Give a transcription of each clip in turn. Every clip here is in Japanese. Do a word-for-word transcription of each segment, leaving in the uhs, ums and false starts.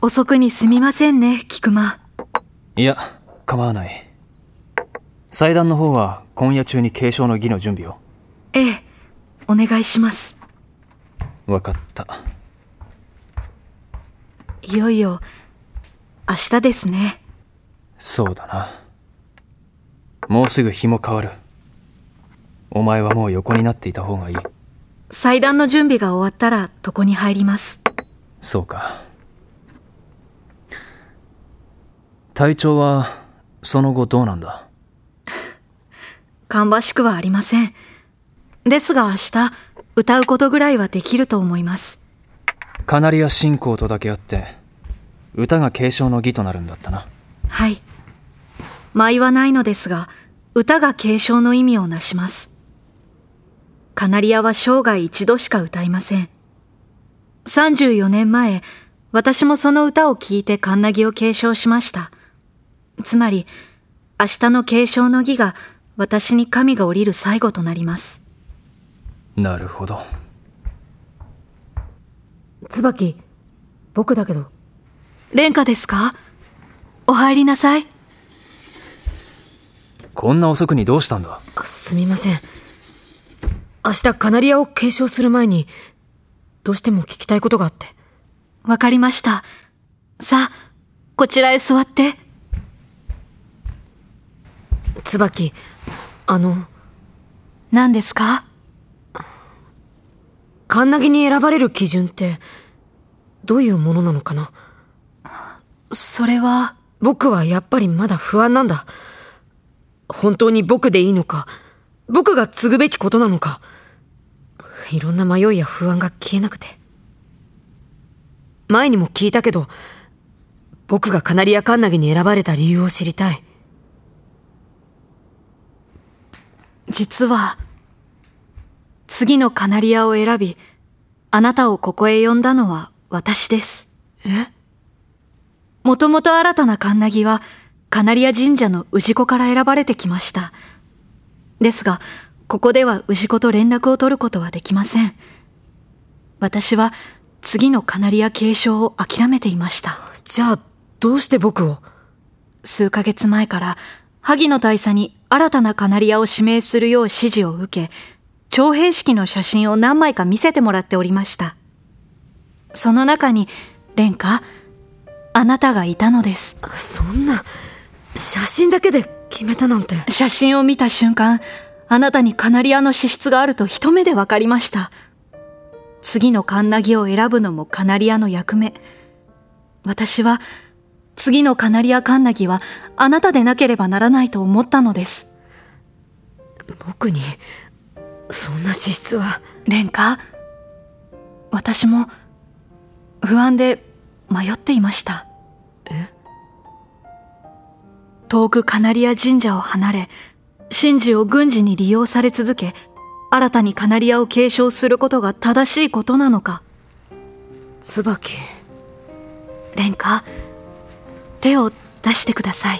遅くにすみませんね、菊間。 いや、構わない。祭壇の方は今夜中に継承の儀の準備を。 ええ、お願いします。 わかった。 いよいよ明日ですね。 そうだな。もうすぐ日も変わる。お前はもう横になっていた方がいい。 祭壇の準備が終わったら床に入ります。 そうか。体調はその後どうなんだ？ 芳しくはありません。ですが明日歌うことぐらいはできると思います。 カナリア信仰とだけあって歌が継承の儀となるんだったな。 はい。舞はないのですが歌が継承の意味をなします。カナリアは生涯一度しか歌いません。さんじゅうよねんまえ、私もその歌を聴いてカンナギを継承しました。つまり明日の継承の儀が私に神が降りる最後となります。 なるほど。 椿、僕だけど。 蓮華ですか？お入りなさい。 こんな遅くにどうしたんだ？ すみません。明日カナリアを継承する前にどうしても聞きたいことがあって。 わかりました。さあ、こちらへ座って。 椿、あの。 何ですか？ カンナギに選ばれる基準ってどういうものなのかな？ それは。 僕はやっぱりまだ不安なんだ。本当に僕でいいのか、僕が継ぐべきことなのか、いろんな迷いや不安が消えなくて。前にも聞いたけど、僕がカナリアカンナギに選ばれた理由を知りたい。 実は次のカナリアを選び、あなたをここへ呼んだのは私です。 え？ もともと新たなカンナギはカナリア神社の氏子から選ばれてきました。ですが、ここでは氏子と連絡を取ることはできません。私は次のカナリア継承を諦めていました。 じゃあ、どうして僕を？ 数ヶ月前から、萩の大佐に新たなカナリアを指名するよう指示を受け、徴兵式の写真を何枚か見せてもらっておりました。その中に、蓮華、あなたがいたのです。 そんな、写真だけで決めたなんて。 写真を見た瞬間、あなたにカナリアの資質があると一目でわかりました。次のカンナギを選ぶのもカナリアの役目。私は、次のカナリアカンナギはあなたでなければならないと思ったのです。 僕に、そんな資質は。 蓮華、私も不安で迷っていました。 え？ 遠くカナリア神社を離れ、神事を軍事に利用され続け、新たにカナリアを継承することが正しいことなのか。 椿。 蓮華、手を出してください。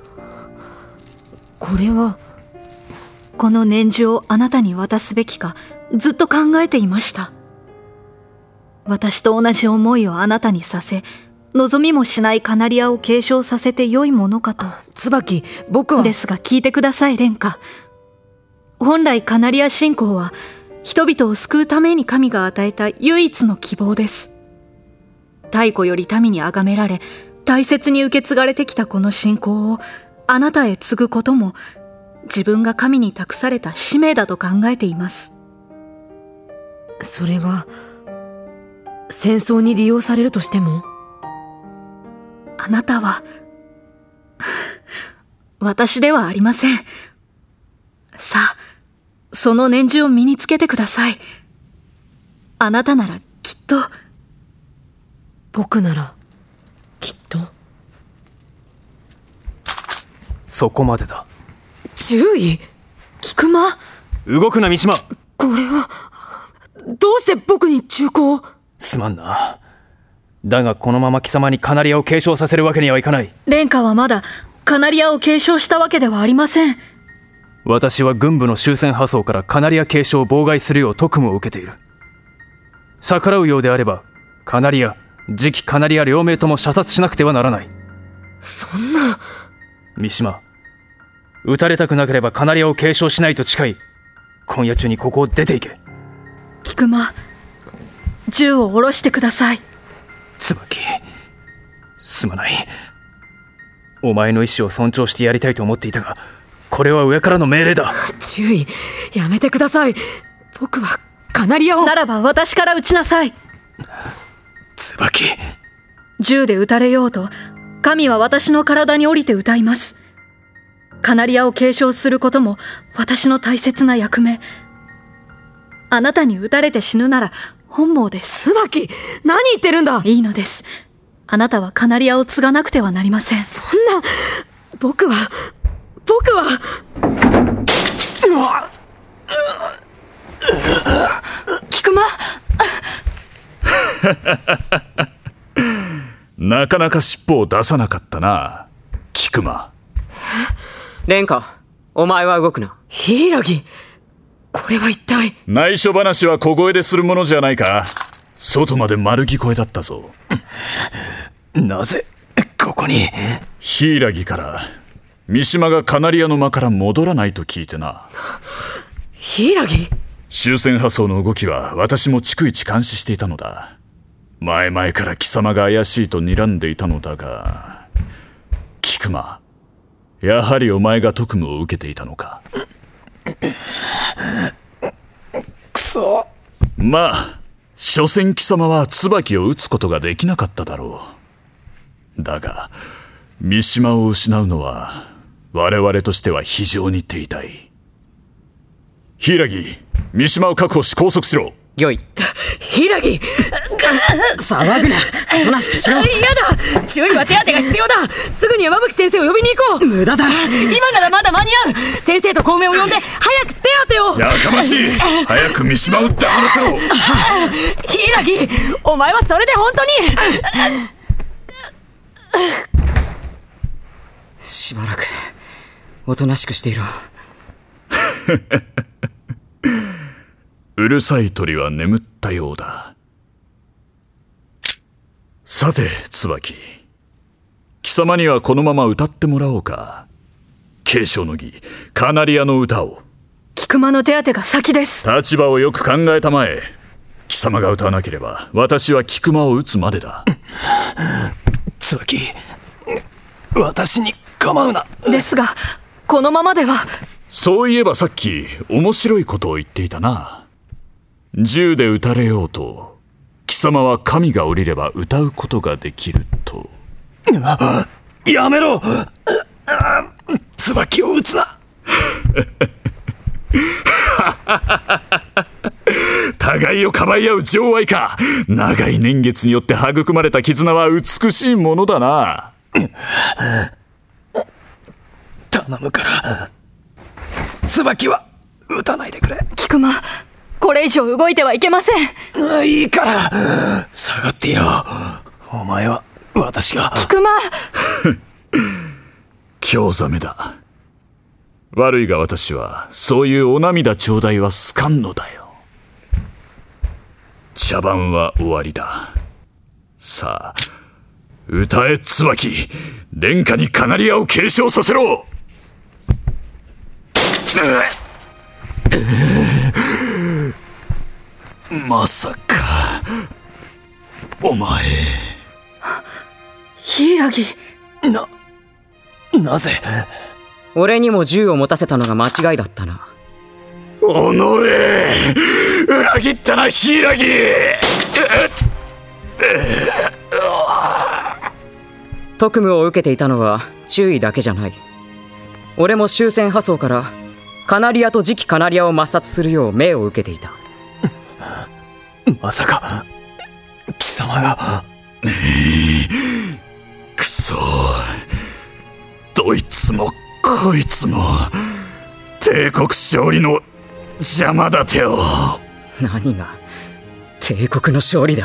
これは。 この念珠をあなたに渡すべきか、ずっと考えていました。私と同じ思いをあなたにさせ、望みもしないカナリアを継承させて良いものかと。 椿、僕は。 ですが聞いてください、蓮華。本来カナリア信仰は、人々を救うために神が与えた唯一の希望です。太古より民に崇められ、大切に受け継がれてきたこの信仰を、あなたへ継ぐことも、自分が神に託された使命だと考えています。 それが、戦争に利用されるとしても？ あなたは、私ではありません。さあ、その念珠を身につけてください。あなたならきっと。 僕なら、きっと。 そこまでだ。 注意！ 菊間！ 動くな、三島！ これは、どうして僕に忠告を？ すまんな。だがこのまま貴様にカナリアを継承させるわけにはいかない。 蓮華はまだカナリアを継承したわけではありません。 私は軍部の終戦破装からカナリア継承を妨害するよう特務を受けている。逆らうようであればカナリア次期カナリア両名とも射殺しなくてはならない。 そんな。 三島、撃たれたくなければカナリアを継承しないと誓い、今夜中にここを出て行け。 菊間、銃を下ろしてください。 椿、すまない。お前の意志を尊重してやりたいと思っていたが、これは上からの命令だ。 注意、やめてください。僕はカナリアを。 ならば私から撃ちなさい。 椿。 銃で撃たれようと、神は私の体に降りて歌います。カナリアを継承することも私の大切な役目。あなたに撃たれて死ぬなら本望です。 椿、何言ってるんだ。 いいのです。あなたはカナリアを継がなくてはなりません。 そんな、僕は、僕は。うわ菊間なかなか尻尾を出さなかったな、菊間。 蓮華、お前は動くな。 柊、これは一体。 内緒話は小声でするものじゃないか。外まで丸聞こえだったぞ。 なぜここに。 柊から三島がカナリアの間から戻らないと聞いてな。 柊、 終戦破装の動きは私も逐一監視していたのだ。前々から貴様が怪しいと睨んでいたのだが、菊間、やはりお前が特務を受けていたのか。 くそ。 まあ所詮貴様は椿を撃つことができなかっただろう。だが三島を失うのは我々としては非常に手痛い。柊、三島を確保し拘束しろ。 御意。 柊、騒ぐな。おとなしくしろ。嫌だ。注意は手当てが必要だ。すぐに山吹先生を呼びに行こう。無駄だ。今ならまだ間に合う。先生と孔明を呼んで早く手当てを。 やかましい。早く三島を黙らせろ。 柊、お前はそれで本当に。 しばらくおとなしくしていろ。 うるさい鳥は眠ったようだ。さて椿、貴様にはこのまま歌ってもらおうか。継承の儀、カナリアの歌を。 菊間の手当てが先です。 立場をよく考えたまえ。貴様が歌わなければ私は菊間を撃つまでだ。 椿、私に構うな。 ですがこのままでは。 そういえばさっき面白いことを言っていたな。銃で撃たれようと貴様は神が降りれば歌うことができると。 やめろ。椿を撃つな。 互いをかばい合う情愛か。長い年月によって育まれた絆は美しいものだな。 頼むから椿は撃たないでくれ。 菊間、これ以上動いてはいけません。 いいから下がっていろ。お前は私が。 菊間。 興ざめだ。悪いが私はそういうお涙頂戴は好かんのだよ。茶番は終わりだ。さあ歌え椿、蓮華にカナリアを継承させろ。まさかお前。 柊、 な、なぜ。 俺にも銃を持たせたのが間違いだったな。 おのれ、裏切ったな柊。 特務を受けていたのは注意だけじゃない。俺も終戦破装からカナリアと次期カナリアを抹殺するよう命を受けていた。 まさか貴様が。 くそ、どいつもこいつも帝国勝利の邪魔だてよ。 何が帝国の勝利だ。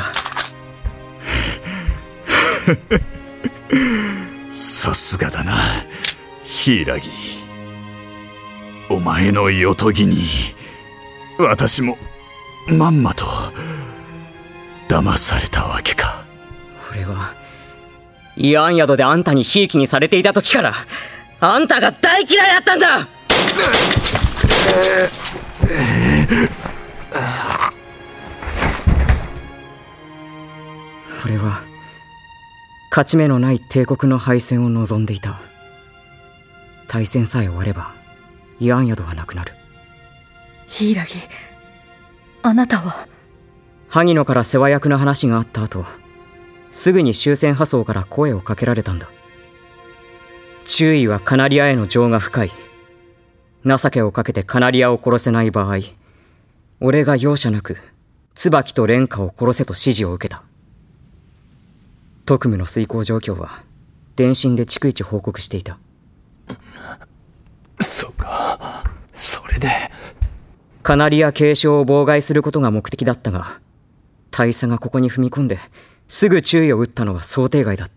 さすがだな柊。お前のよとぎに私もまんまと騙されたわけか。 俺は慰安宿であんたにひいきにされていた時からあんたが大嫌いだったんだ。俺は勝ち目のない帝国の敗戦を望んでいた。大戦さえ終われば慰安宿はなくなる。 柊、あなたは。 萩野から世話役の話があった後、すぐに終戦破装から声をかけられたんだ。注意はカナリアへの情が深い。情けをかけてカナリアを殺せない場合、俺が容赦なく椿と蓮華を殺せと指示を受けた。特務の遂行状況は電信で逐一報告していた。 そうか、それで。 カナリア継承を妨害することが目的だったが、大佐がここに踏み込んですぐ注意を打ったのは想定外だった。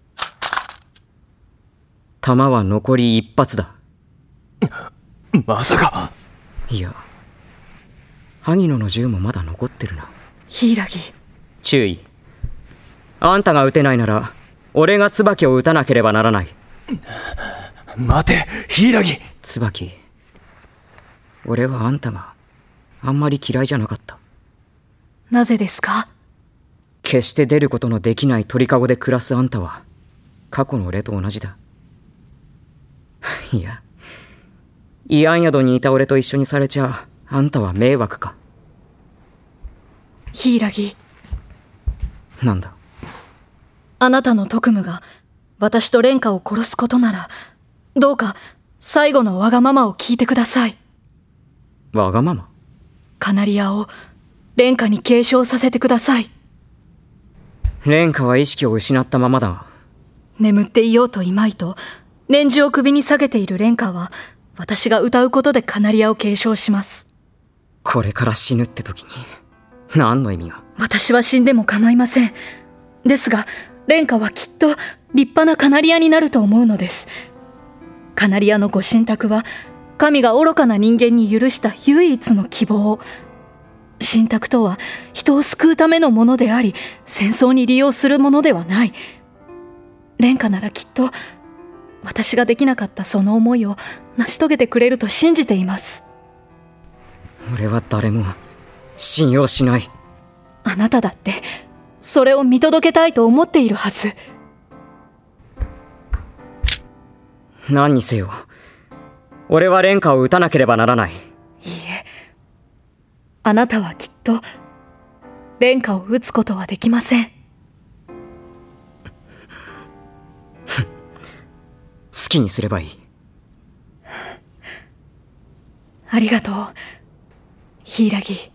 弾は残り一発だ。 まさか。 いや、萩野の銃もまだ残ってるな。 柊、 注意。あんたが撃てないなら俺が椿を撃たなければならない。 待て、柊。 椿、俺はあんたがあんまり嫌いじゃなかった。 なぜですか？ 決して出ることのできない鳥かごで暮らすあんたは過去の俺と同じだ。いや、慰安宿にいた俺と一緒にされちゃあんたは迷惑か。 柊、 なんだ。 あなたの特務が私と蓮華を殺すことなら、どうか最後のわがままを聞いてください。 わがまま？ カナリアを蓮華に継承させてください。 蓮華は意識を失ったままだが。 眠っていようといまいと年中を首に下げている蓮華は、私が歌うことでカナリアを継承します。 これから死ぬって時に何の意味が？ 私は死んでも構いません。ですが蓮華はきっと立派なカナリアになると思うのです。カナリアのご神託は神が愚かな人間に許した唯一の希望。神託とは人を救うためのものであり、戦争に利用するものではない。蓮華ならきっと私ができなかったその思いを成し遂げてくれると信じています。 俺は誰も信用しない。 あなただってそれを見届けたいと思っているはず。 何にせよ俺は蓮華を撃たなければならない。いいえ、あなたはきっと蓮華を撃つことはできません。 好きにすればいい。 ありがとう、柊。